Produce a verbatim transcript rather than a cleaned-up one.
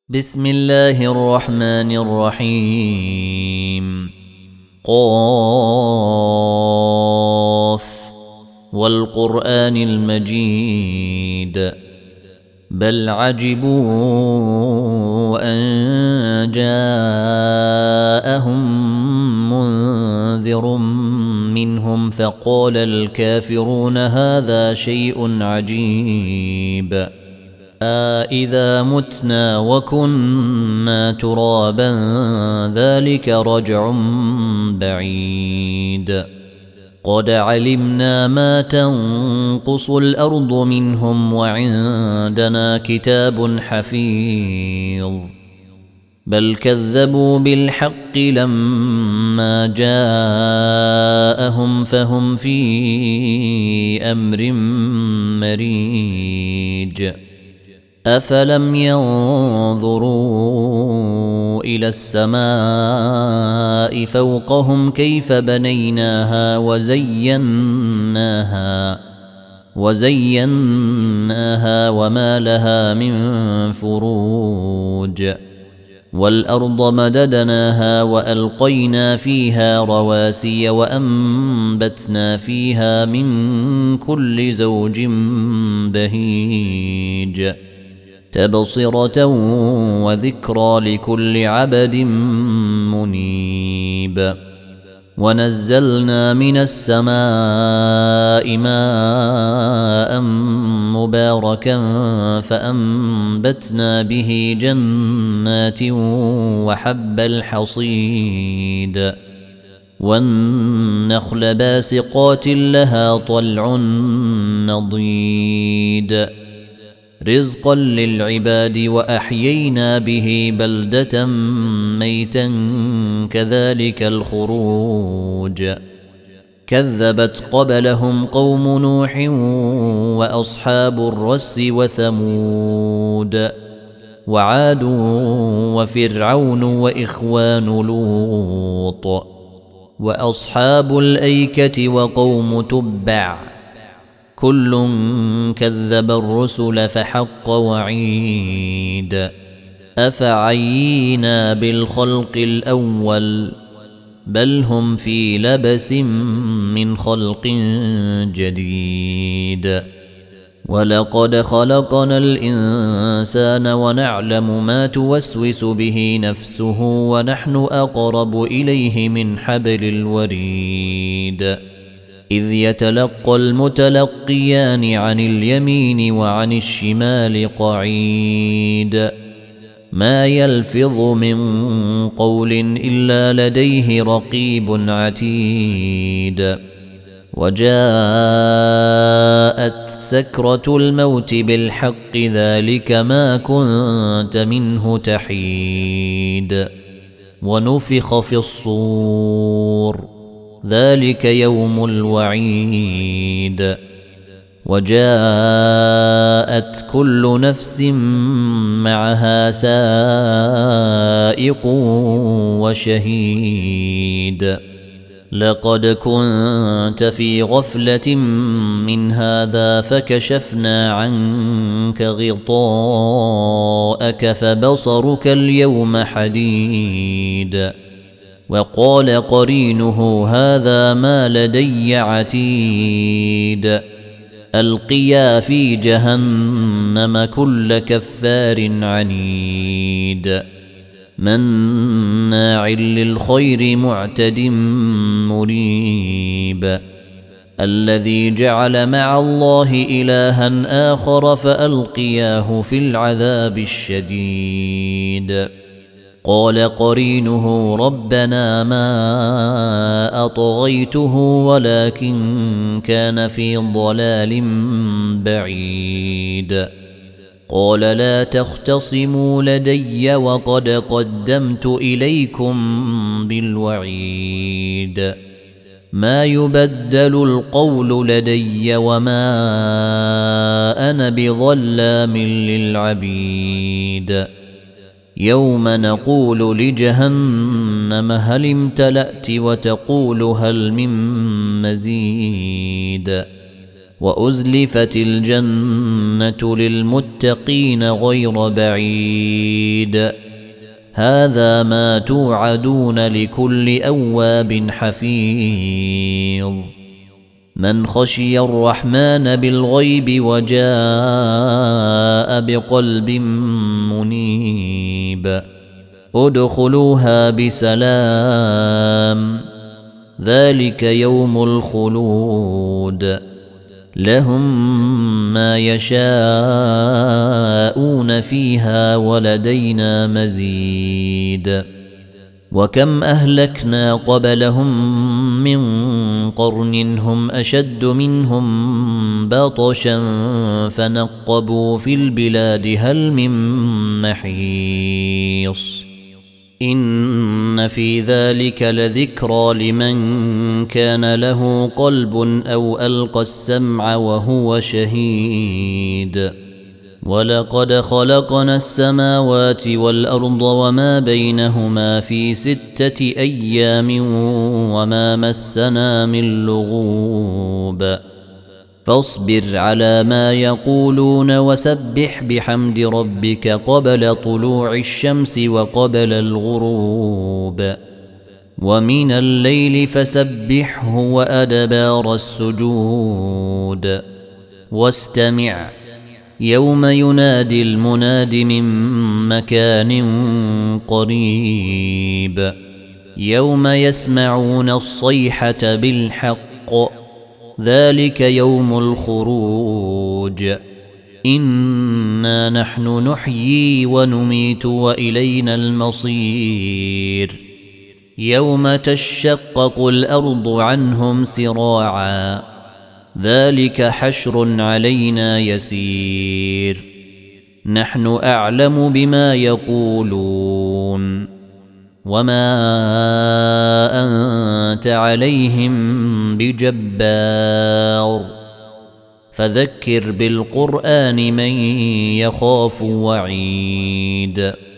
بسم الله الرحمن الرحيم. قاف والقرآن المجيد بل عجبوا أن جاءهم منذر منهم فقال الكافرون هذا شيء عجيب أإذا متنا وكنا ترابا ذلك رجع بعيد قد علمنا ما تنقص الأرض منهم وعندنا كتاب حفيظ بل كذبوا بالحق لما جاءهم فهم في أمر مريج أفلم ينظروا إلى السماء فوقهم كيف بنيناها وزيناها وزيناها وما لها من فروج والأرض مددناها وألقينا فيها رواسي وأنبتنا فيها من كل زوج بهيج تبصرة وذكرى لكل عبد منيب ونزلنا من السماء ماء مباركا فأنبتنا به جنات وحب الحصيد والنخل باسقات لها طلع نضيد رزقا للعباد وأحيينا به بلدة ميتا كذلك الخروج كذبت قبلهم قوم نوح وأصحاب الرس وثمود وعاد وفرعون وإخوان لوط وأصحاب الأيكة وقوم تبع كل كذب الرسل فحق وعيد أفعينا بالخلق الأول بل هم في لبس من خلق جديد ولقد خلقنا الإنسان ونعلم ما توسوس به نفسه ونحن أقرب إليه من حبل الوريد إذ يتلقى المتلقيان عن اليمين وعن الشمال قعيد ما يلفظ من قول إلا لديه رقيب عتيد وجاءت سكرة الموت بالحق ذلك ما كنت منه تحيد ونفخ في الصور ذلك يوم الوعيد وجاءت كل نفس معها سائق وشهيد لقد كنت في غفلة من هذا فكشفنا عنك غطاءك فبصرك اليوم حديد وقال قرينه هذا ما لدي عتيد ألقيا في جهنم كل كفار عنيد مناع للخير معتد مريب الذي جعل مع الله إلها آخر فألقياه في العذاب الشديد قال قرينه ربنا ما أطغيته ولكن كان في ضلال بعيد قال لا تختصموا لدي وقد قدمت إليكم بالوعيد ما يبدل القول لدي وما أنا بظلام للعبيد يوم نقول لجهنم هل امتلأت وتقول هل من مزيد وأزلفت الجنة للمتقين غير بعيد هذا ما توعدون لكل أواب حفيظ من خشي الرحمن بالغيب وجاء بقلب منيب ادخلوها بسلام ذلك يوم الخلود لهم ما يشاءون فيها ولدينا مزيد وكم أهلكنا قبلهم من قرن هم أشد منهم بطشا فنقبوا في البلاد هل من محيص إن في ذلك لذكرى لمن كان له قلب أو ألقى السمع وهو شهيد ولقد خلقنا السماوات والأرض وما بينهما في ستة أيام وما مسنا من لغوب فاصبر على ما يقولون وسبح بحمد ربك قبل طلوع الشمس وقبل الغروب ومن الليل فسبحه وأدبار السجود واستمع يوم ينادي المناد من مكان قريب يوم يسمعون الصيحة بالحق ذلك يوم الخروج إنا نحن نحيي ونميت وإلينا المصير يوم تشقق الأرض عنهم سراعا ذلك حشر علينا يسير نحن أعلم بما يقولون وما أنت عليهم بجبار فذكر بالقرآن من يخاف وعيد